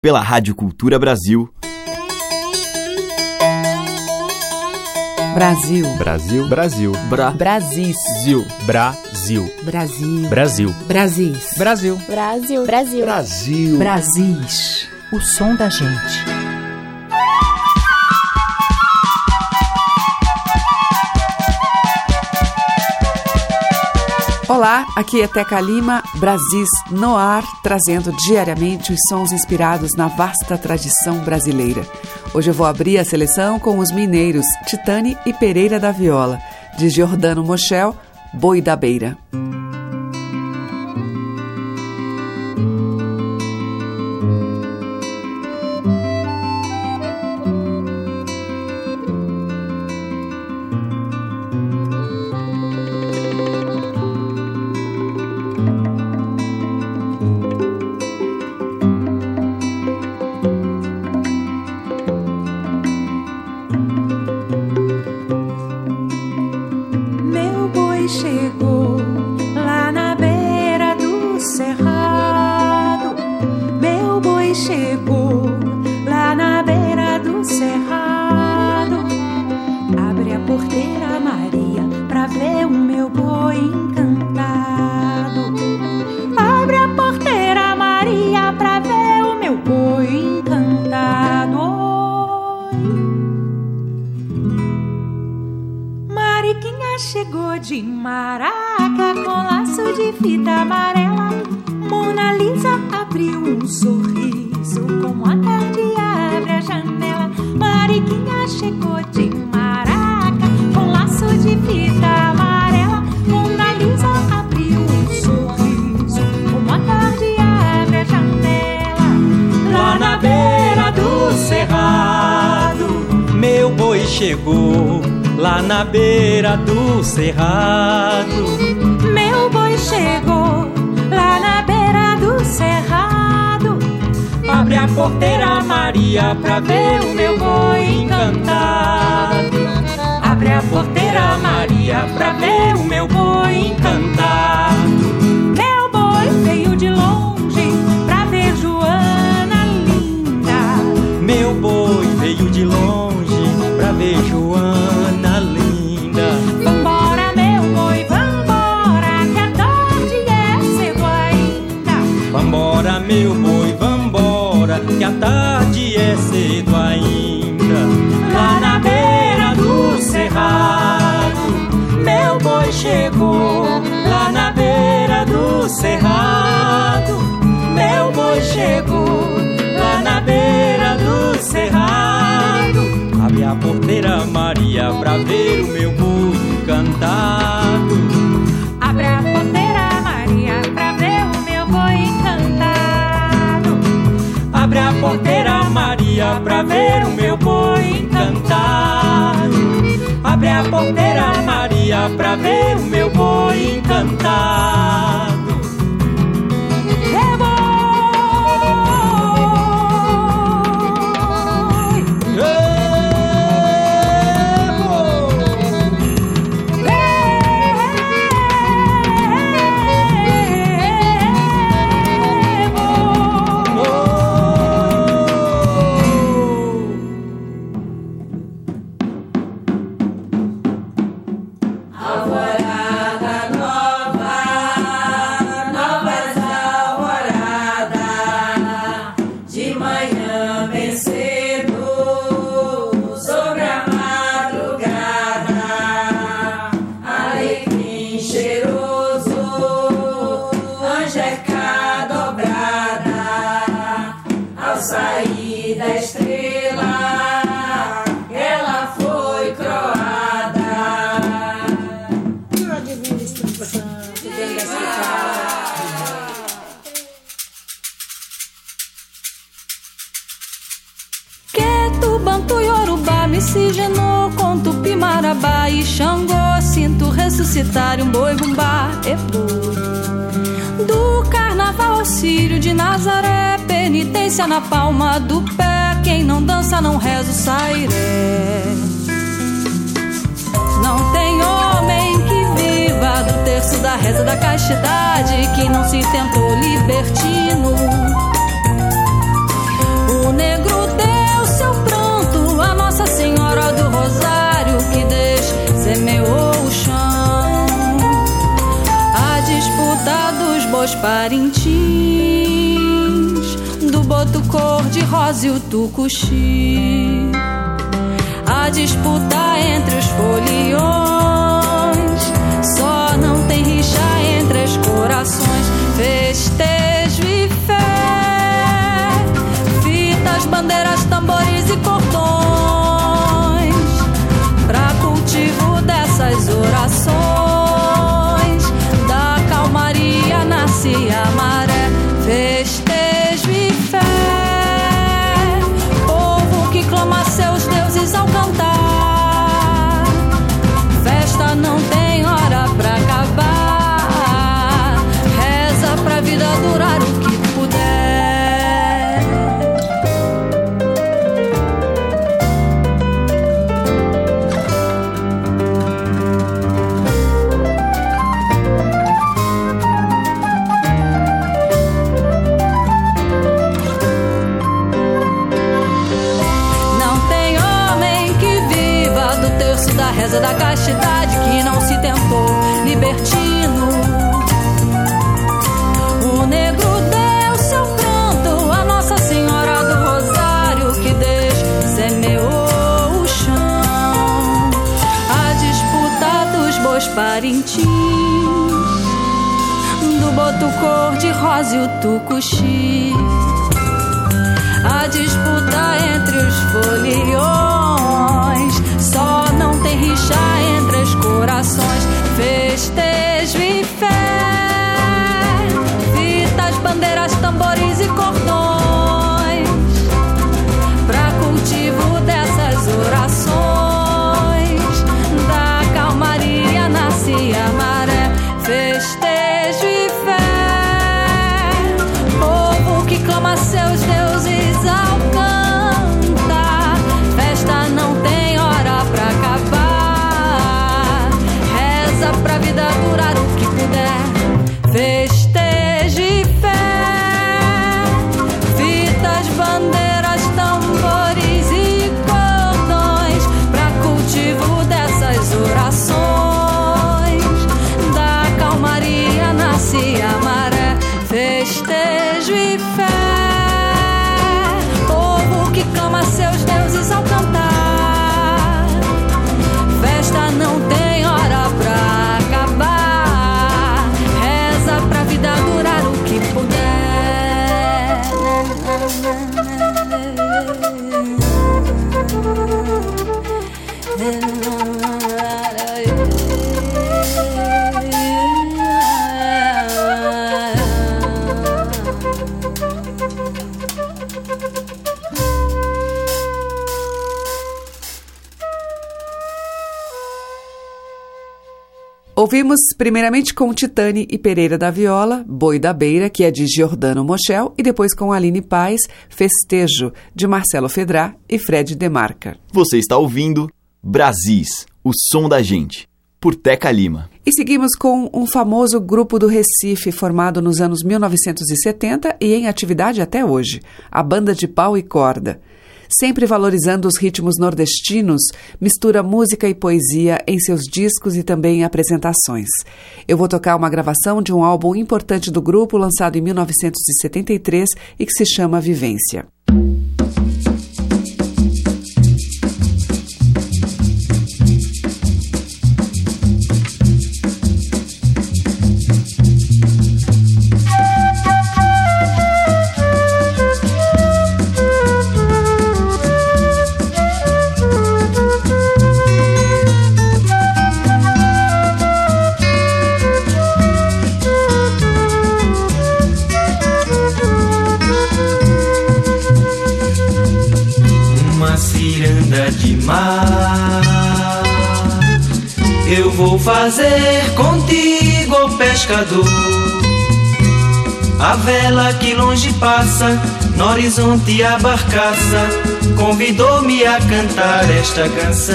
pela Rádio Cultura Brasil. Brasil. Brasil. Brasil. Brasis. Brasil. Brasil. Brasil. Brasis. Brasil. Brasil. Brasil. Brasil. Brasis. O som da gente. Olá, aqui é Teca Lima, Brasis no ar, trazendo diariamente os sons inspirados na vasta tradição brasileira. Hoje eu vou abrir a seleção com os mineiros Titane e Pereira da Viola, de Giordano Moschel, Boi da Beira. Chegou de Maraca com laço de fita amarela. Mona Lisa abriu um sorriso como a tarde abre a janela. Mariquinha chegou de Maraca com laço de fita amarela. Mona Lisa abriu um sorriso como a tarde abre a janela. Lá na beira do cerrado, meu boi chegou. Lá na beira do cerrado, meu boi chegou. Lá na beira do cerrado, abre a porteira, Maria, pra ver o meu boi encantado. Abre a porteira, Maria, pra ver o meu boi encantado. Meu boi veio de longe pra ver Joana linda. Meu boi veio de longe pra ver Joana. Vambora, meu boi, vambora, que a tarde é cedo ainda. Vambora, meu boi, vambora, que a tarde é cedo ainda. Lá na beira do cerrado, meu boi chegou. Lá na beira do cerrado, meu boi chegou. Lá na beira do cerrado, abre a porteira, Maria, pra ver o meu boi encantado. Abre a porteira, Maria, pra ver o meu boi encantado. Abre a porteira, Maria, pra ver o meu boi encantado. Abre a porteira, Maria, pra ver o meu boi encantado. Miscigenou com Tupi-Marabá e Xangô. Sinto ressuscitar um boi bumbá, é boi. Do carnaval ao Círio de Nazaré, penitência na palma do pé. Quem não dança não reza o sairé. Não tem homem que viva do terço da reza da castidade que não se tentou libertino. bois Parintins, do boto cor-de-rosa e o tucuxi. A disputa entre os foliões, só não tem rixa entre os corações. Festejo e fé, fitas, bandeiras, tambores e cordões, pra cultivo dessas orações, da calmaria nasce a maré. Festejo e fé, povo que clama seus deuses ao cantar. Festa não tem hora pra acabar, reza pra vida durar o que puder. Não tem homem que viva do terço da reza da castidade que não se tentou libertino. O negro deu seu pranto a Nossa Senhora do Rosário, que dessemeou o chão. A disputa dos bois Parintins, do boto cor-de-rosa e o tucuxi. A disputa entre os foliões, só não tem rixa entre os corações. Festejo e fé, fitas, bandeiras, tambores e cordões, pra cultivo dessas orações, da calmaria nasce a maré. Festejo e fé, povo que clama seus deuses ao cantar. Festa não tem hora pra acabar, reza pra vida durar o que puder. Festejo e fé, fitas, bandeiras, tambores e cordões, pra cultivo dessas orações, da calmaria nasce a maré. Festejo e fé, povo que clama seus deuses ao cantar. Festa não tem hora pra acabar, reza pra vida durar o que puder. Ouvimos primeiramente com Titani e Pereira da viola, Boi da Beira, que é de Giordano Moschel, e depois com Aline Paes, Festejo, de Marcelo Fedrá e Fred Demarca. Você está ouvindo Brasis, o som da gente, por Teca Lima. E seguimos com um famoso grupo do Recife, formado nos anos 1970 e em atividade até hoje, a Banda de Pau e Corda. Sempre valorizando os ritmos nordestinos, mistura música e poesia em seus discos e também em apresentações. Eu vou tocar uma gravação de um álbum importante do grupo, lançado em 1973 e que se chama Vivência. De mar, eu vou fazer contigo, ó pescador, a vela que longe passa, no horizonte a barcaça convidou-me a cantar esta canção.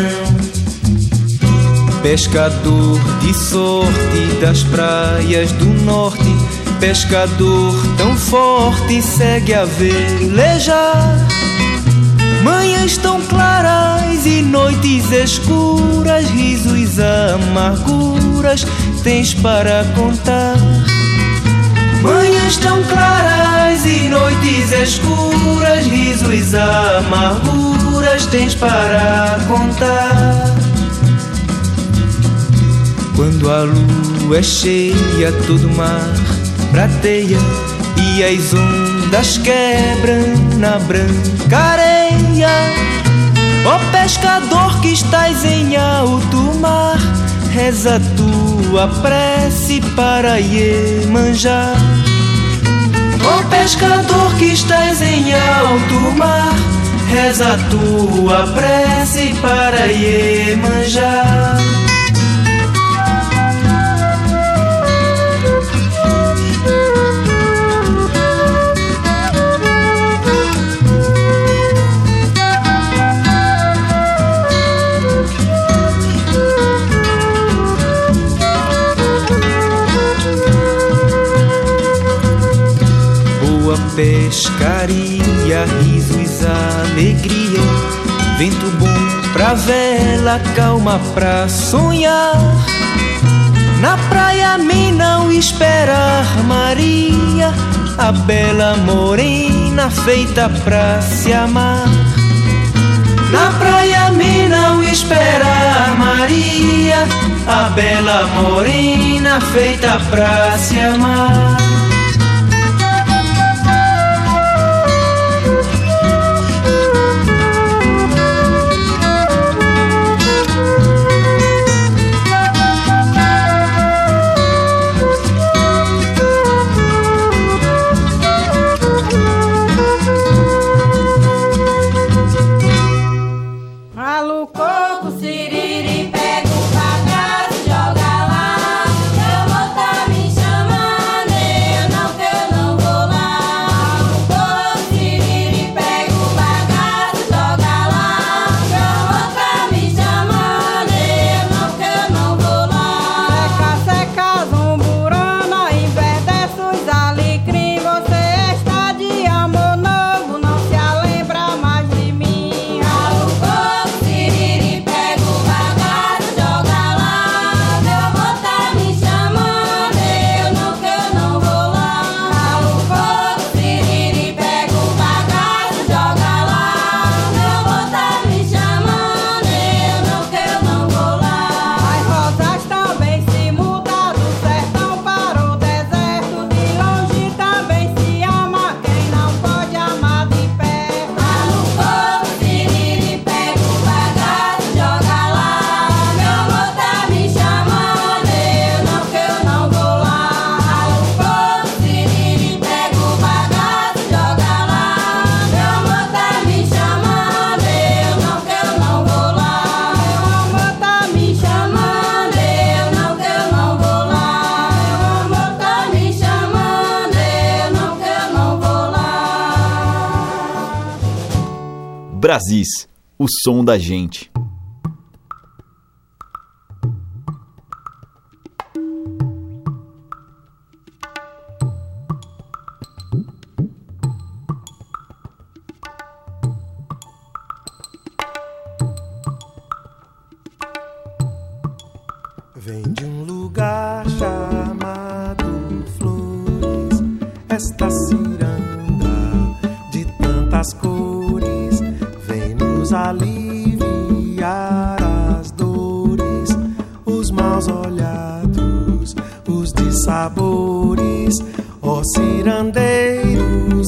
Pescador de sorte das praias do norte, pescador tão forte, segue a velejar. Manhãs tão claras e noites escuras, risos, amarguras tens para contar. manhãs tão claras e noites escuras, risos e amarguras tens para contar. Quando a lua é cheia, todo mar prateia e as ondas quebram na branca areia. Ó pescador que estás em alto mar, reza tua prece para Iemanjá. Ó pescador que estás em alto mar, reza tua prece para Iemanjá. Pescaria, risos, alegria, vento bom pra vela, calma pra sonhar. Na praia me não esperar Maria, a bela morena feita pra se amar. Na praia me não esperar Maria, a bela morena feita pra se amar. Brasis, o som da gente. Vem de um lugar chamado Flores, esta ciranda de tantas cores, vem nos aliviar as dores, os maus olhados, os dissabores. Ó cirandeiro,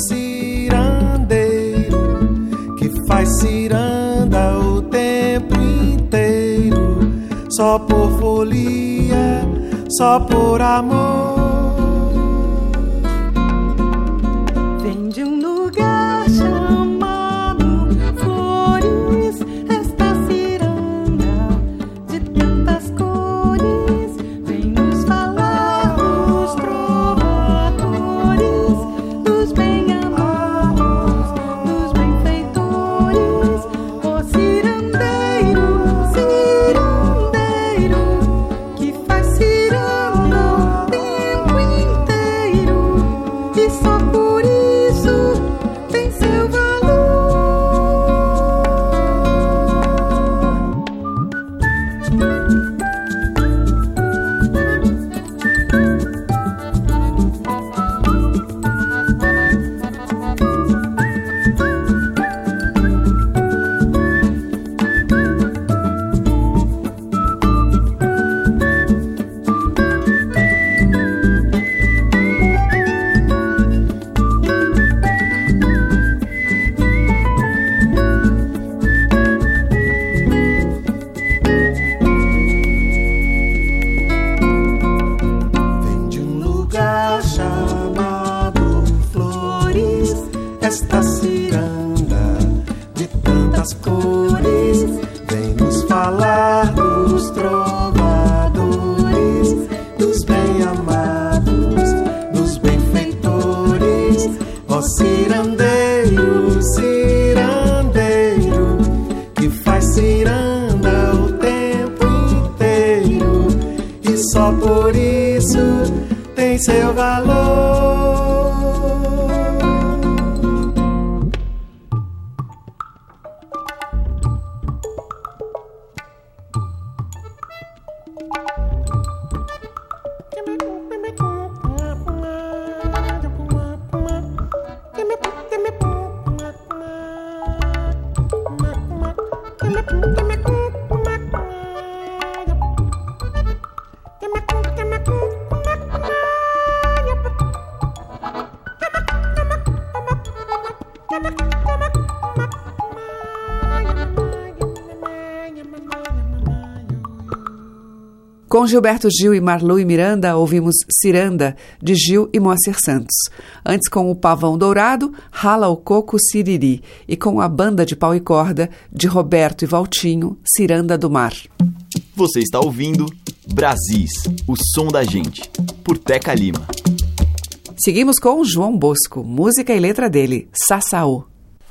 cirandeiro, que faz ciranda o tempo inteiro, só por folia, só por amor. Vem de um lugar chamado Flores, esta ciranda de tantas cores, vem nos falar dos trovadores, dos bem-amados, dos benfeitores. Ó cirandeiro, cirandeiro, que faz ciranda o tempo tem seu valor. Com Gilberto Gil e Marlu e Miranda, ouvimos Ciranda, de Gil e Moacir Santos. Antes, com o Pavão Dourado, Rala o Coco Siriri. E com a Banda de Pau e Corda, de Roberto e Valtinho, Ciranda do Mar. Você está ouvindo Brasis, o som da gente, por Teca Lima. Seguimos com João Bosco, música e letra dele, Sassaô.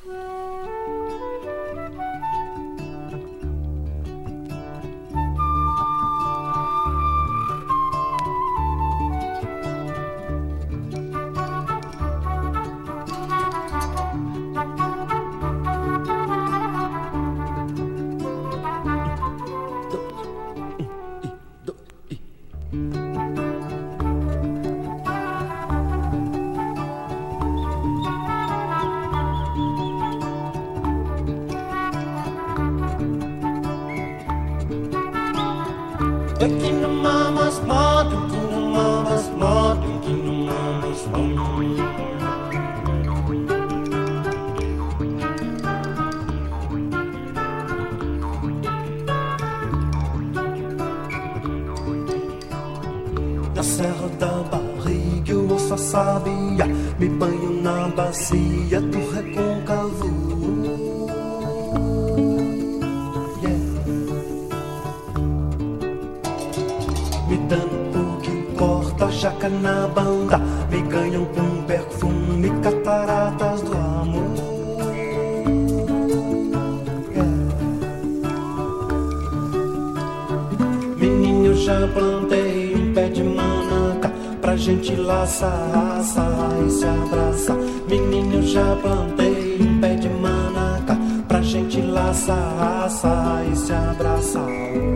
Na serra da barriga eu ouço a sabia, me banho na bacia do recôncavo. Me dando o que importa, jaca na banda, me ganham com perfume, cataratas do amor. Menino, eu já plantei um pé de manaca pra gente laçar, e se abraçar. Menino, eu já plantei um pé de manaca pra gente laçar, e se abraçar.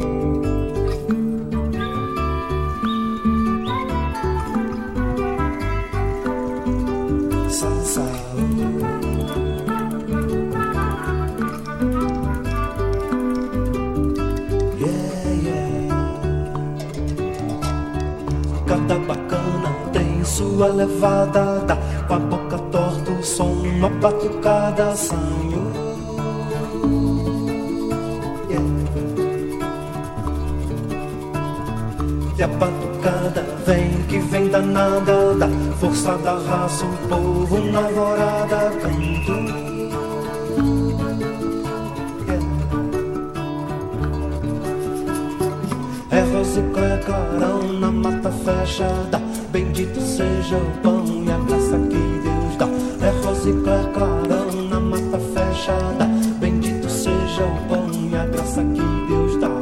Cada bacana tem sua levada, com a boca torta o som, uma batucada sanho. E a batucada vem que vem danada, da força da raça o povo na alvorada canto. É rosa e clarão na mata fechada, bendito seja o pão e a graça que Deus dá. É rosa e clarão na mata fechada, bendito seja o pão e a graça que Deus dá.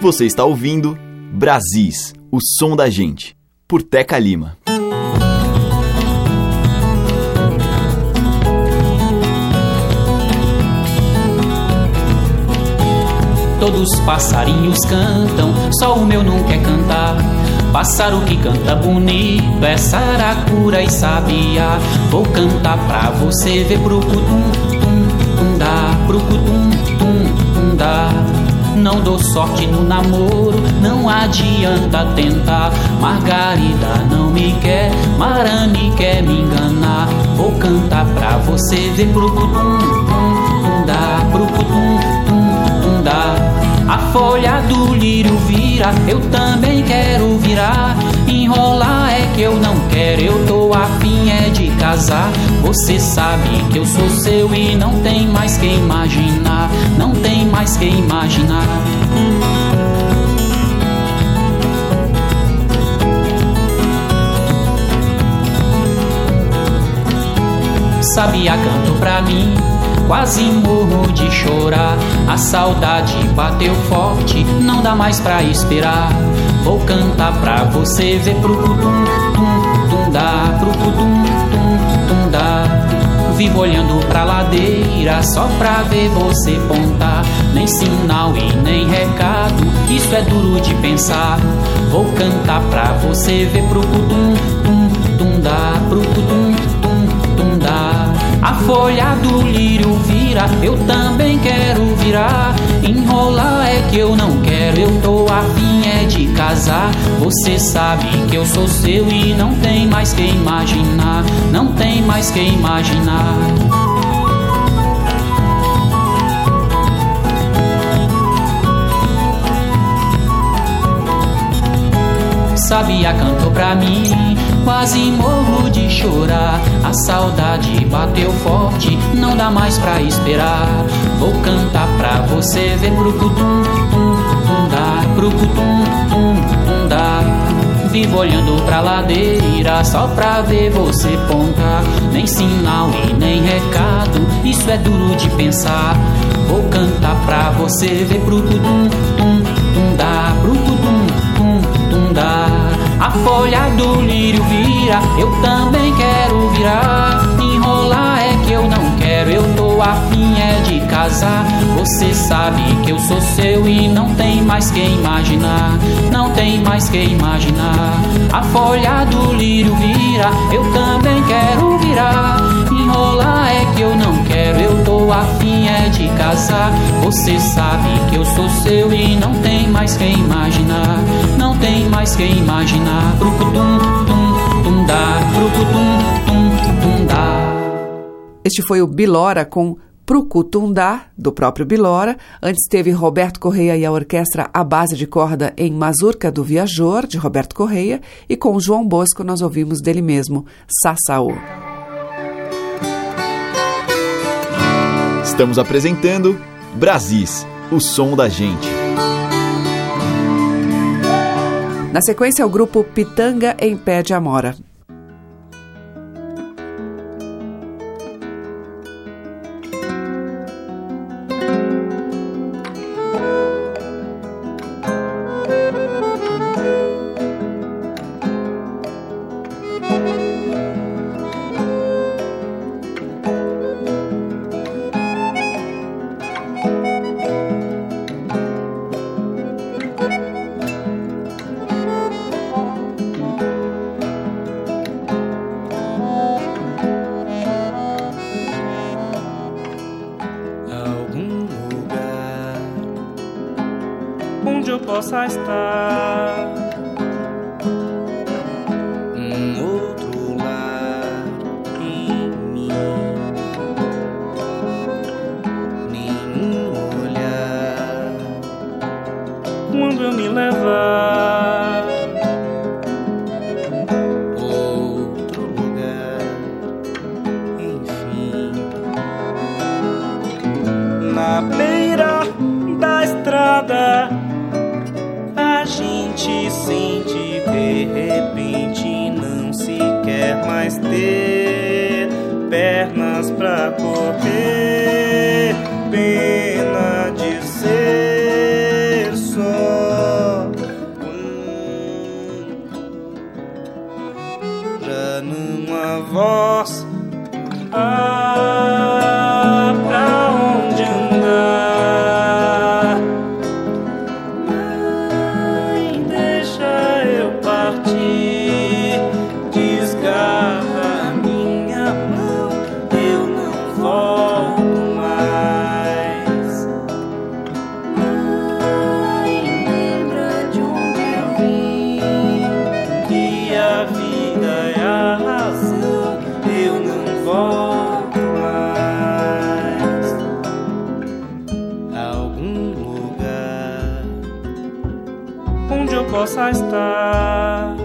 Você está ouvindo Brasis, o som da gente, por Teca Lima. Todos os passarinhos cantam, só o meu não quer cantar. Pássaro que canta bonito é saracura e sabiá. Vou cantar pra você ver brucutum, tum, tum, dá, brucutum, tum, tum, dá. Não dou sorte no namoro, não adianta tentar. Margarida não me quer, Marani quer me enganar. Vou cantar pra você ver brucutum, tum, tum, dá, brucutum, tum, tum, dá. A folha do lírio vira, eu também quero virar. Enrolar é que eu não quero, eu tô afim é de casar. Você sabe que eu sou seu e não tem mais que imaginar. Não tem mais que imaginar. Sabia canto pra mim, quase morro de chorar. A saudade bateu forte, não dá mais pra esperar. Vou cantar pra você ver brucutum, tum, tum, dá, brucutum, tum, tum, dá. Vivo olhando pra ladeira só pra ver você pontar. Nem sinal e nem recado, isso é duro de pensar. Vou cantar pra você ver brucutum, tum, tum, dá, brucutum, tum, tum, dá. A folha do lírio vira, eu também quero virar. Enrolar é que eu não quero, eu tô afim é de casar. Você sabe que eu sou seu e não tem mais que imaginar. Não tem mais que imaginar. Sabia cantou pra mim, quase morro de chorar. A saudade bateu forte, não dá mais pra esperar. Vou cantar pra você ver brucutum, tum, tum, dá, brucutum, tum, tum, dá. Vivo olhando pra ladeira só pra ver você pontar. Nem sinal e nem recado, isso é duro de pensar. Vou cantar pra você ver brucutum, tum, tum, dá, brucutum, tum, tum, dá. A folha do lírio vira, eu também quero virar. Enrolar é que eu não quero, eu tô afim é de casar. Você sabe que eu sou seu e não tem mais que imaginar. Não tem mais que imaginar. A folha do lírio vira, eu também quero virar. Enrolar é que eu não quero, eu tô afim é de casar. Você sabe que eu sou seu e não tem mais que imaginar. Não tem mais que imaginar. Brucutum, tum, tum, dá, brucutum, tum, tum, dá. Este foi o Bilora com Prucutundá, do próprio Bilora. Antes teve Roberto Correia e a orquestra à base de corda em Mazurca do Viajor, de Roberto Correia. E com João Bosco nós ouvimos dele mesmo, Sassaô. Estamos apresentando Brasis, o som da gente. Na sequência, o grupo Pitanga em Pé de Amora. Onde eu possa estar, outro lar em mim, nenhum olhar. quando eu me levar, outro lugar, enfim, na beira da estrada, a gente sente de repente não se quer mais ter pernas pra correr, pena de ser só. possa estar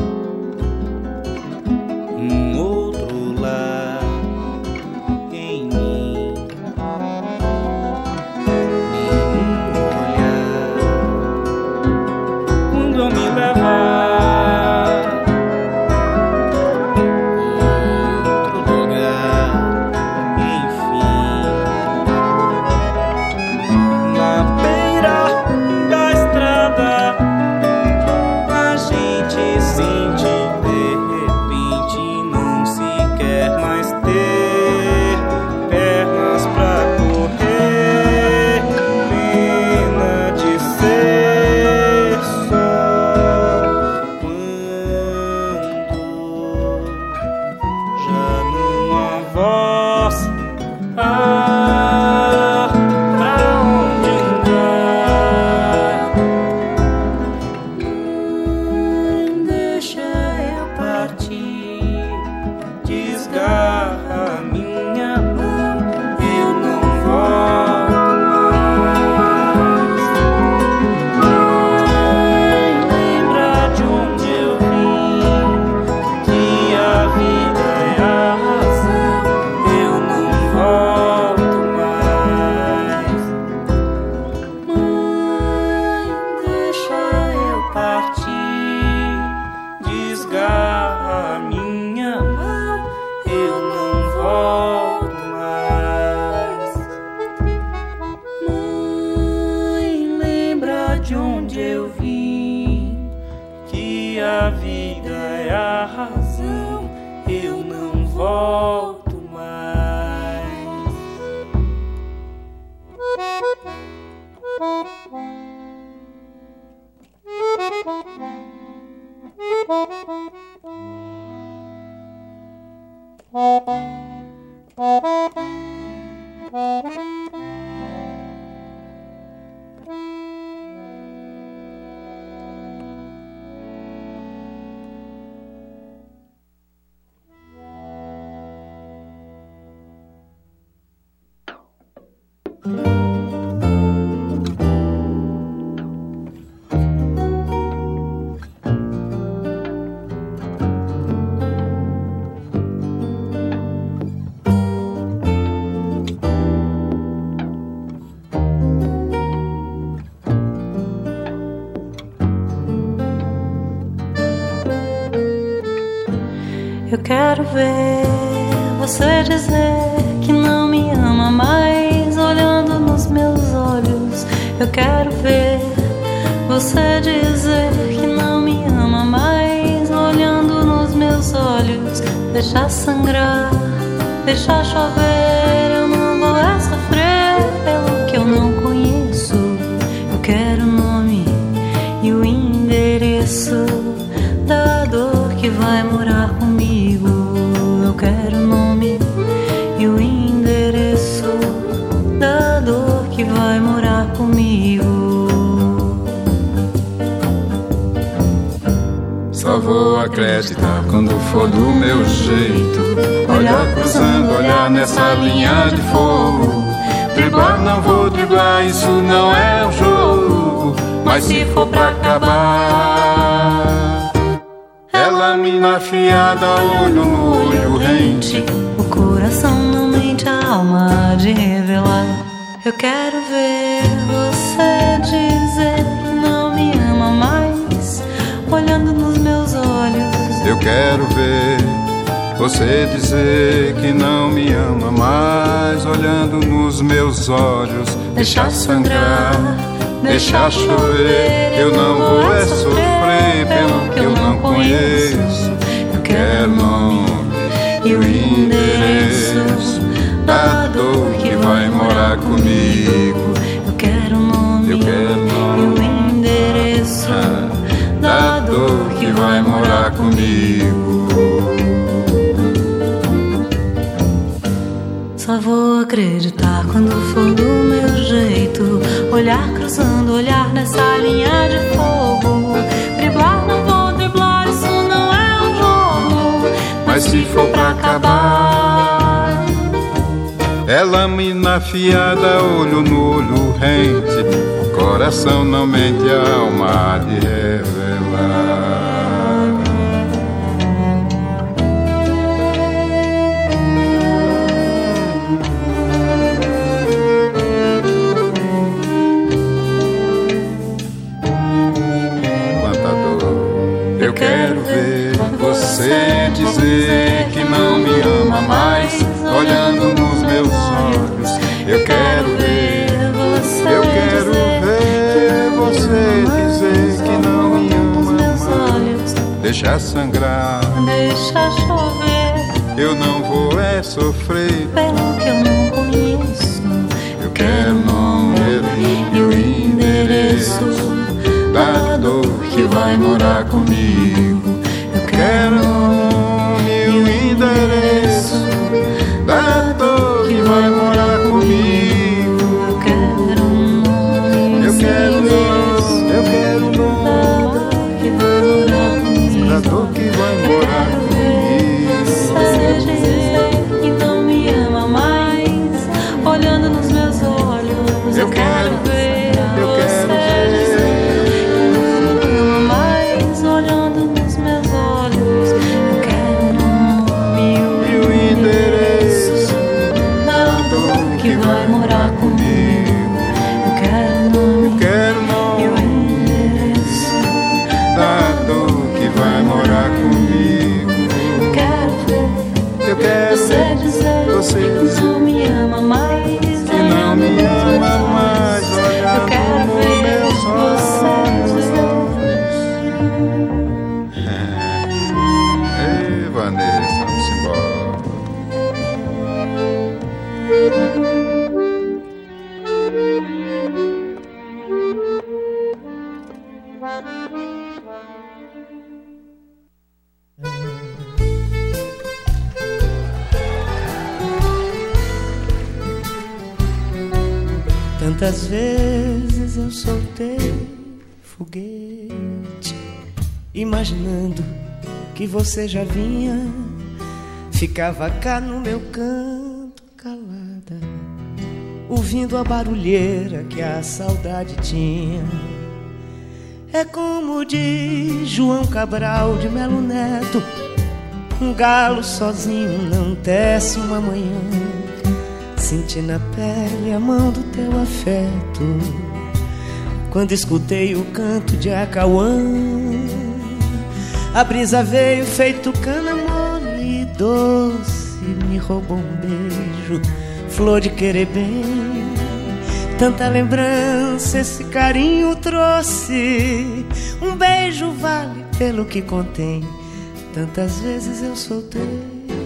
um outro lar em mim, nenhum olhar quando eu me levar outro lugar, enfim, na beira da estrada a gente sente de repente não se quer mais ter pernas pra correr, pena de ser só quando já não há voz. Pra onde andar? Deixa eu partir, desgarra minha mão, eu não volto mais. Lembra de onde eu vim, que a vida é a razão, eu não volto mais. Mãe, deixa eu partir, desgarra minha mão, eu não volto mais. Mãe, lembra de onde eu vim, que a vida é a razão, eu não volto mais. Eu quero ver você dizer que não me ama mais, olhando nos meus olhos. Eu quero ver você dizer que não me ama mais, olhando nos meus olhos. Deixar sangrar, deixar chover, eu não vou é sofrer pelo que eu não conheço. Eu quero o nome e o endereço da dor que vai morar comigo. Eu quero o nome e o endereço da dor que vai morar comigo. Só vou acreditar quando for do meu jeito. Olhar cruzando, olhar nessa linha de fogo. Driblar não vou driblar, isso não é um jogo. Mas se for pra acabar, ela mina afiada, olho no olho rente. O coração não mente, a alma há de revelar. Eu quero ver você dizer que não me ama mais, olhando nos meus olhos. Eu quero ver você dizer que não me ama mais, olhando nos meus olhos. Deixar sangrar, deixar chover, eu não vou é sofrer pelo que eu não conheço. Eu quero o nome e o endereço da dor que vai morar comigo. Eu quero o nome, e o endereço da dor que vai morar comigo. Só vou acreditar quando for do meu jeito. Olhar cruzando, olhar nessa linha de fogo. Driblar não vou driblar, isso não é um jogo. Mas se for pra acabar, é lâmina afiada, olho no olho rente. O coração não mente, a alma há de revelar. Eu quero ver você dizer que não me ama mais, olhando nos meus olhos. Eu quero ver você dizer que não me ama mais. Deixa sangrar, deixa chover. Eu não vou sofrer pelo que eu não conheço. Eu quero o nome e o endereço da dor que vai morar comigo. Eu quero o nome e o endereço da dor que vai morar comigo. Eu quero um nome, eu quero o nome da dor que vai morar comigo. Da dor que vai morar comigo. Você dizer que não me ama mais, olhando nos meus olhos. Eu quero ver. Você dizer não me ama mais, que não me ama mais, eu quero ver você. Ei, Vanessa, vamos embora. Tantas vezes eu soltei foguete, imaginando que você já vinha. Ficava cá no meu canto calada, ouvindo a barulheira que a saudade tinha. É como diz João Cabral de Melo Neto: um galo sozinho não tece uma manhã. Senti na pele a mão do teu afeto quando escutei o canto de Acauã. A brisa veio feito cana mole e doce, me roubou um beijo, flor de querer bem. Tanta lembrança esse carinho trouxe, um beijo vale pelo que contém. Tantas vezes eu soltei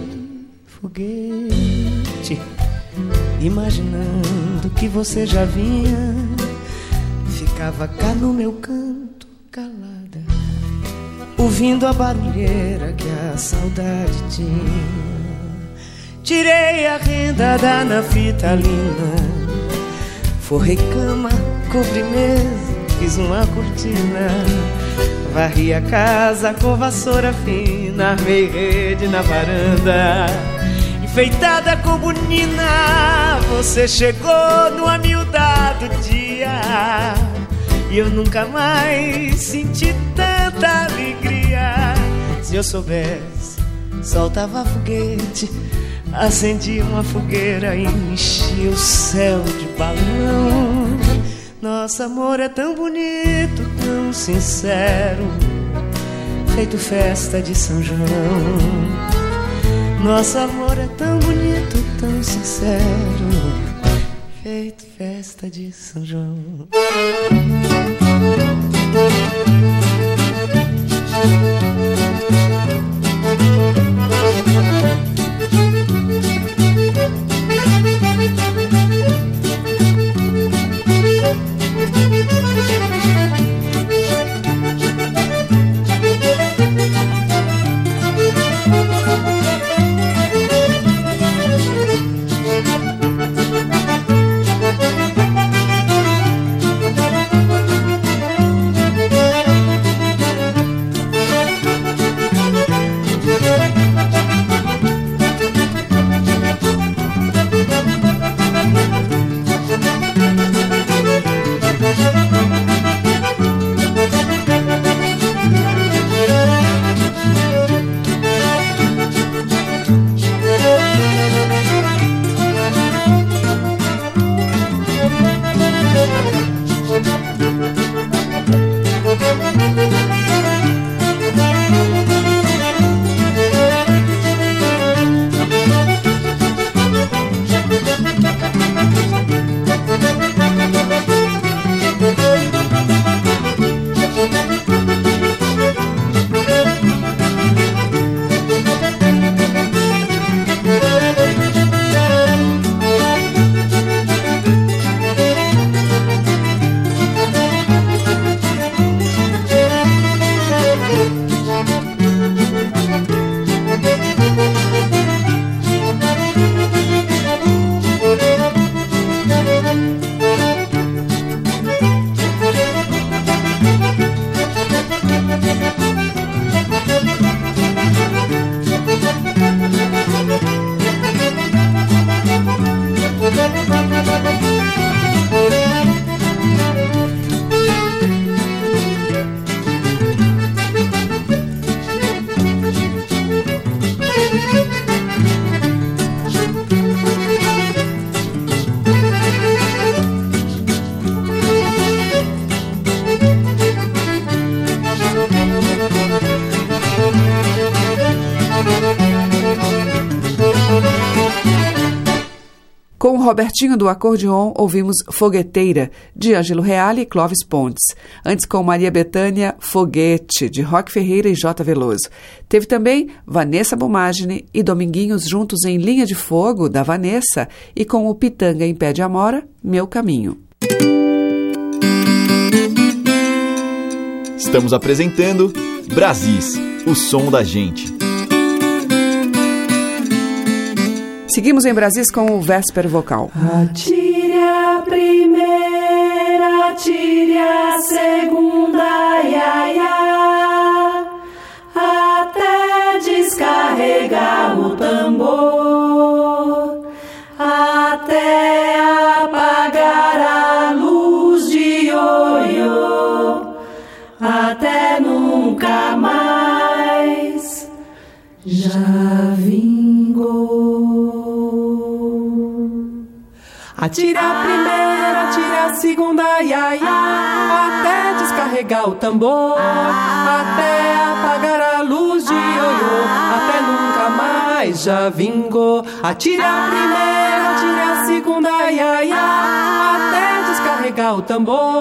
foguete, imaginando que você já vinha. Ficava cá no meu canto calada, ouvindo a barulheira que a saudade tinha. Tirei a renda da naftalina, forrei cama, cobri mesa, fiz uma cortina, varri a casa com vassoura fina, armei rede na varanda, enfeitada com bonina. Você chegou no amiudado dia e eu nunca mais senti tanta alegria. Se eu soubesse, soltava foguete, acendia uma fogueira e enchia o céu de balão. Nosso amor é tão bonito, tão sincero, feito festa de São João. Nosso amor é tão bonito, tão sincero, feito festa de São João. Robertinho do acordeon, ouvimos Fogueteira, de Ângelo Reale e Clóvis Pontes. Antes, com Maria Bethânia, Foguete, de Roque Ferreira e J. Veloso. Teve também Vanessa Bomagine e Dominguinhos juntos em Linha de Fogo, da Vanessa, e com o Pitanga em Pé de Amora, Meu Caminho. Estamos apresentando Brasis, o som da gente. Seguimos em Brasis com o Véspero Vocal. Atire a primeira, atire a segunda, ia, ia, até descarregar o tambor, até apagar a luz de ioiô, até nunca mais já vingou. Atire a primeira, atire a segunda, ia, ia, até descarregar o tambor, até apagar a luz de ioiô, até nunca mais já vingou. Atire a primeira, atire a segunda, ia, ia, até descarregar o tambor,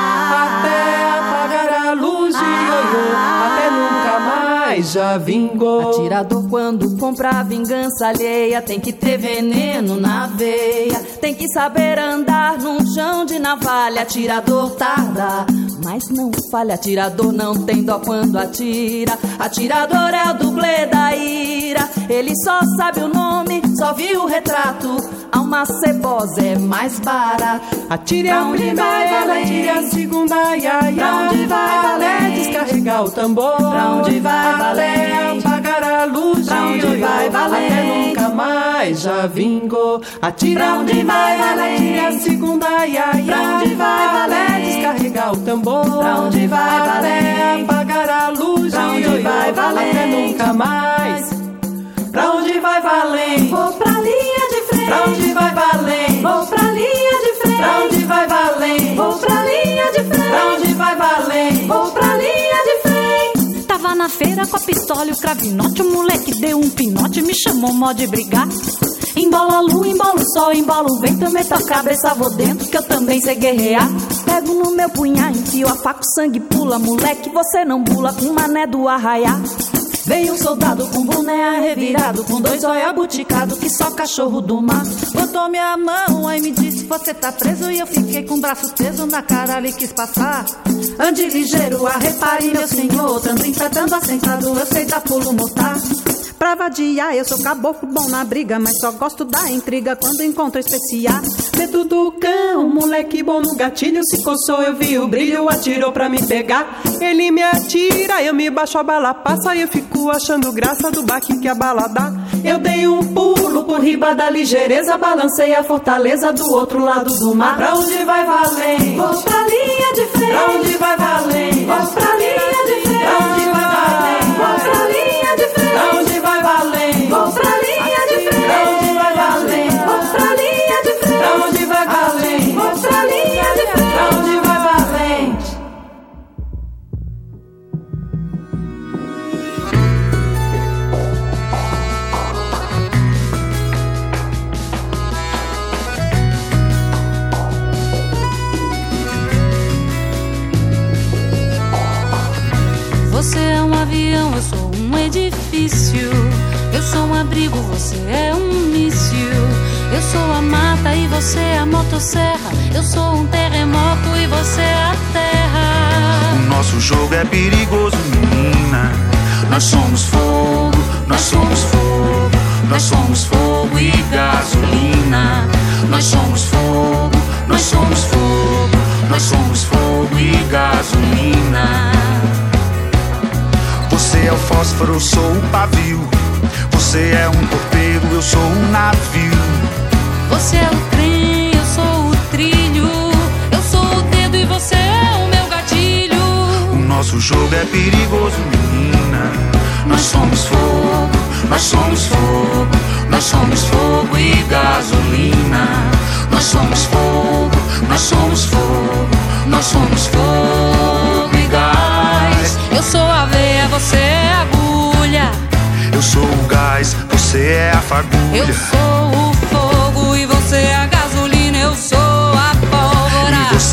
até apagar a luz de ioiô, até nunca mais já vingou. Atirador, quando compra vingança alheia, tem que ter veneno na veia, tem que saber andar num chão de navalha. Atirador tarda, mas não falha. Atirador não tem dó quando atira. Atirador é o dublê da ira. Ele só sabe o nome, só viu o retrato. Alma cebosa é mais barato. Atire a primeira, atire a segunda, ia, ia, pra onde vai, até descarregar o tambor, pra onde vai, até apagar a luz, pra onde vai, até nunca mais já vingou. Atire a primeira, atire a segunda, ia, ia, pra onde vai, até descarregar o tambor, pra onde vai, até apagar a luz, pra onde vai, até nunca mais. Pra onde vai, valente? Vou pra linha de frente. Pra onde vai, valente? Vou pra linha de frente. Pra onde vai, valente? Vou pra linha de frente. Pra onde vai, valente? Vou pra linha de frente. Tava na feira com a pistola e o cravinote, o moleque deu um pinote, me chamou mó de brigar. Embola a lua, embola o sol, embola o vento, eu meto a cabeça, vou dentro que eu também sei guerrear. Pego no meu punhar, enfio a faca, o sangue pula, moleque, você não bula com mané do arraiá. Veio um soldado com boné revirado, com 2 olhos abuticados, que só cachorro do mar. Botou minha mão, aí me disse, você tá preso, e eu fiquei com o braço teso na cara, ele quis passar. Ande ligeiro, repare meu senhor, tanto enfrentando assentado, eu sei dar pulo mortar. Pra vadiar, eu sou caboclo bom na briga, mas só gosto da intriga quando encontro especial. Medo do cão, moleque bom no gatilho, se coçou, eu vi o brilho, atirou pra me pegar. Ele me atira, eu me baixo, a bala passa, e eu fico achando graça do baque que a bala dá. Eu dei um pulo por riba da ligeireza, balancei a fortaleza do outro lado do mar. Pra onde vai, valente? Vou pra linha de frente. Pra onde vai, valente? Vou pra linha de frente. Pra onde vai, valente? Vou pra linha de frente. Pra onde vai, valente? Vou pra linha de frente. Pra onde vai, valente? Vou pra linha de frente. Pra onde vai, valente? Vou pra linha de frente. Pra onde vai, valente? Você é um avião, eu sou um edifício. Eu sou um abrigo, você é um míssil. Eu sou a mata e você é a motosserra. Eu sou um terremoto e você é a terra. O nosso jogo é perigoso, menina. Nós somos fogo, nós somos fogo. Nós somos fogo e gasolina. Nós somos fogo, nós somos fogo. Nós somos fogo e gasolina. Você é o fósforo, eu sou o pavio. Você é um torpedo, eu sou um navio. Você é o trem, eu sou o trilho. Eu sou o dedo e você é o meu gatilho. O nosso jogo é perigoso, menina. Nós somos fogo, nós somos fogo. Nós somos fogo e gasolina. Nós somos fogo, nós somos fogo. Nós somos fogo e gás. Eu sou a aveia, você é a agulha. Eu sou o gás, você é a fagulha. Eu sou o fogo e você é a gasolina.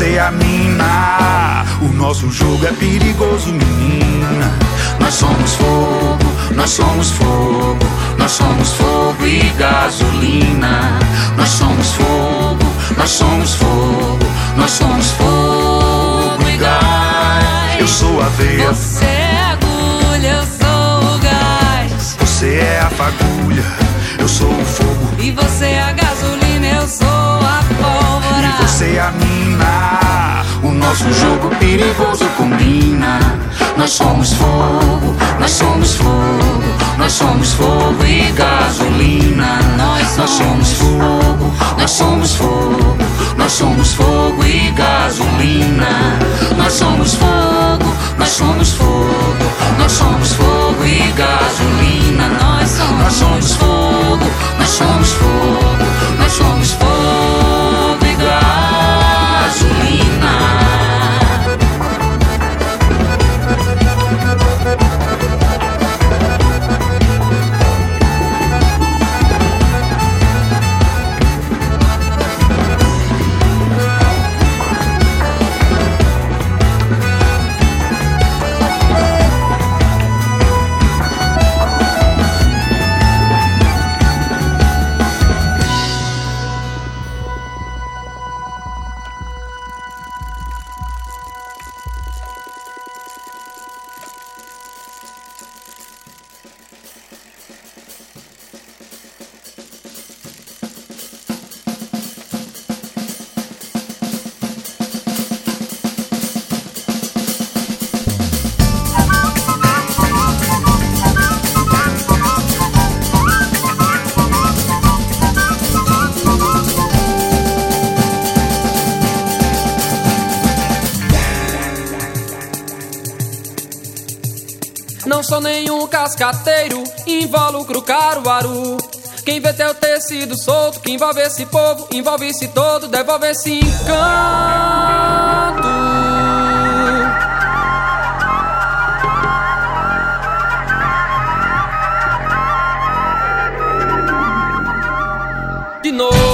você é a mina. O nosso jogo é perigoso, menina. Nós somos fogo, nós somos fogo, nós somos fogo e gasolina. Nós somos fogo, nós somos fogo, nós somos fogo e gás. Eu sou a veia, você é a agulha, eu sou o gás. Você é a fagulha, eu sou o fogo. E você é a gasolina, eu sou a pólvora. E você é a mina. O nosso jogo perigoso combina. Nós somos fogo, nós somos fogo, nós somos fogo e gasolina. Nós somos fogo, nós somos fogo, nós somos fogo e gasolina. Nós somos fogo, nós somos fogo, nós somos fogo e gasolina. Nós somos fogo, nós somos fogo, nós somos fogo e gasolina. Não sou nenhum cascateiro, involucro Caruaru. Quem vê teu tecido solto, que envolve esse povo, envolve-se todo, devolve esse encanto. De novo.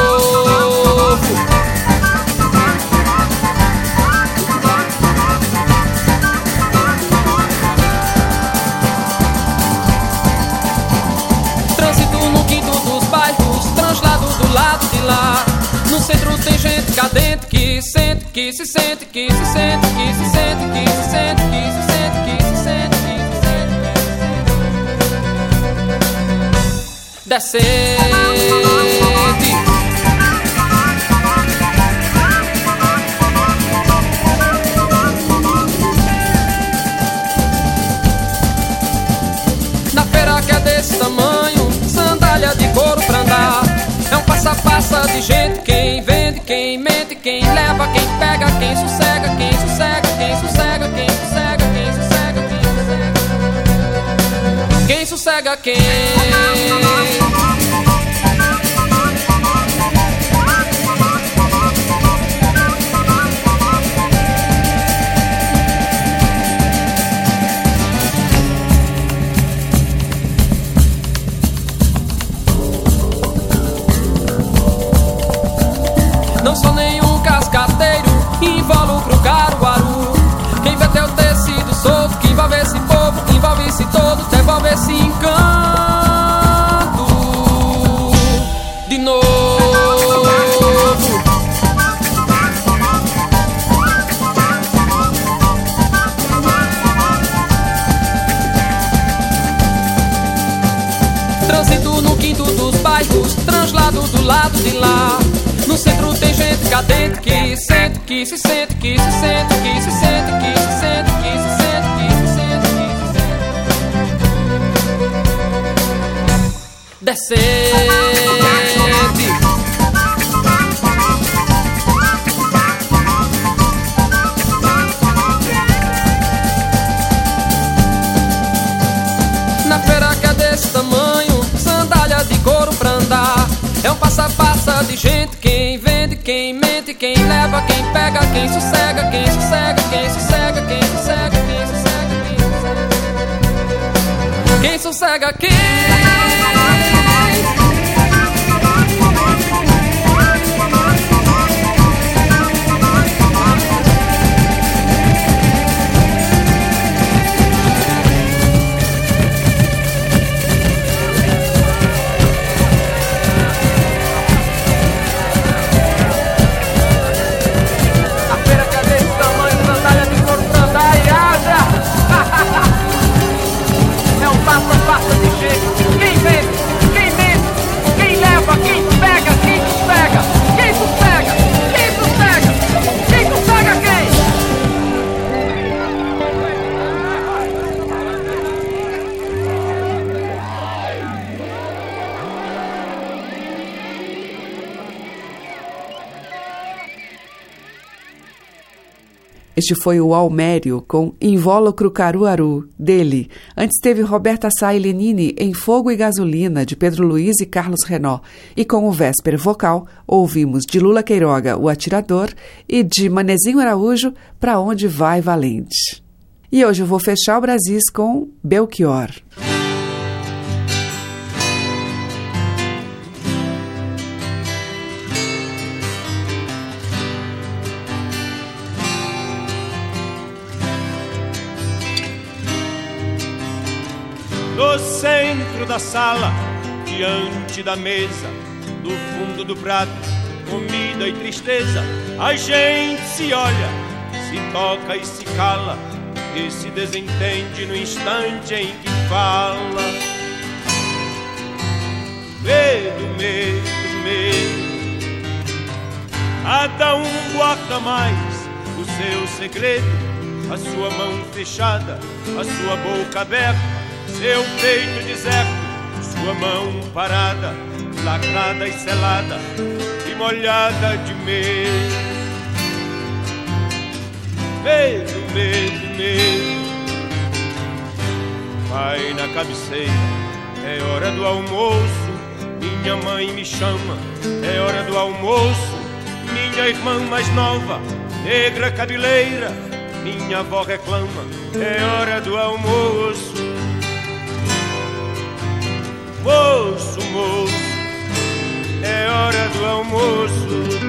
No centro tem gente cadente que sente, que se sente, que se sente, que se sente, que se sente, que se sente, que se sente, que se sente. Descente. Na feira que é desse tamanho, sandália de couro pra andar. É um passa-passa de gente, quem vende, quem mente, quem leva, quem pega, quem sossega, quem sossega, quem sossega, quem sossega, quem sossega, quem sossega, quem sossega, quem. Não sou nenhum cascateiro, involucro Caruaru. Quem vê teu tecido solto, que envolve esse povo, envolve-se todo, devolve esse encanto. De novo. Trânsito no quinto dos bairros, translado do lado de lá. No centro tem gente cadente que sente, que se sente, que se sente, que se sente, que se sente, que se sente, que se sente, que se sente. Descente. Na feira que é desse tamanho, sandália de couro pra andar. É um passa-passa de gente, quem vende, quem mente, quem leva, quem pega, quem sossega, quem sossega, quem sossega, quem sossega, quem sossega, quem sossega, quem. Este foi o Almério com Invólucro Caruaru, dele. Antes teve Roberta Sá e Lenine em Fogo e Gasolina, de Pedro Luiz e Carlos Renó. E com o Vésper vocal, ouvimos de Lula Queiroga, O Atirador, e de Manezinho Araújo, Pra Onde Vai Valente. E hoje eu vou fechar o Brasis com Belchior. No centro da sala, diante da mesa, do fundo do prato, comida e tristeza, a gente se olha, se toca e se cala, e se desentende no instante em que fala. Medo, medo, medo. Cada um guarda mais o seu segredo, a sua mão fechada, a sua boca aberta, seu peito deserto, sua mão parada, lacrada e selada e molhada de medo. Medo, medo, medo. Pai na cabeceira, é hora do almoço. Minha mãe me chama, é hora do almoço. Minha irmã mais nova, negra cabeleira, minha avó reclama, é hora do almoço. Moço, moço, é hora do almoço.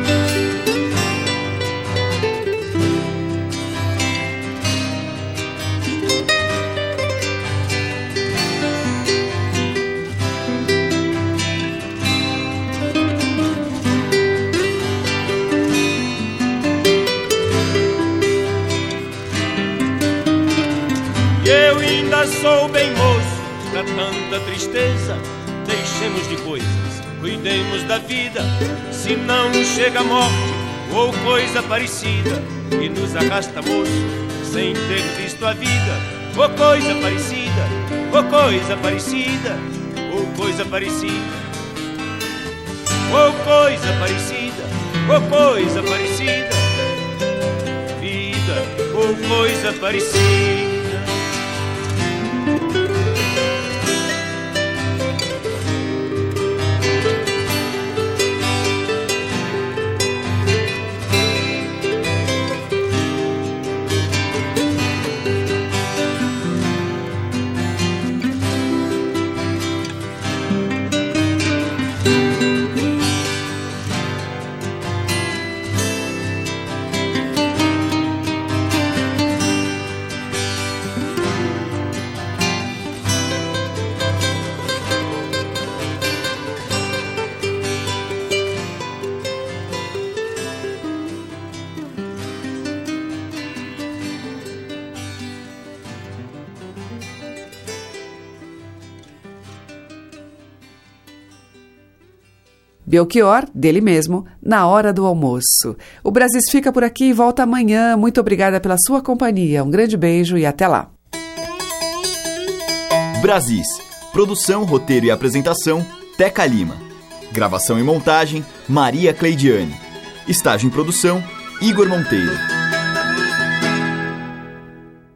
E eu ainda sou bem moço pra tanta tristeza. Deixemos de coisas, cuidemos da vida, se não chega a morte ou coisa parecida que nos arrasta, moço, sem ter visto a vida. Ou coisa parecida, ou coisa parecida, ou coisa parecida, ou coisa parecida, ou coisa parecida, vida ou coisa parecida. Belchior, dele mesmo, Na Hora do Almoço. O Brasis fica por aqui e volta amanhã. Muito obrigada pela sua companhia. Um grande beijo e até lá. Brasis. Produção, roteiro e apresentação, Teca Lima. Gravação e montagem, Maria Cleidiane. Estágio em produção, Igor Monteiro.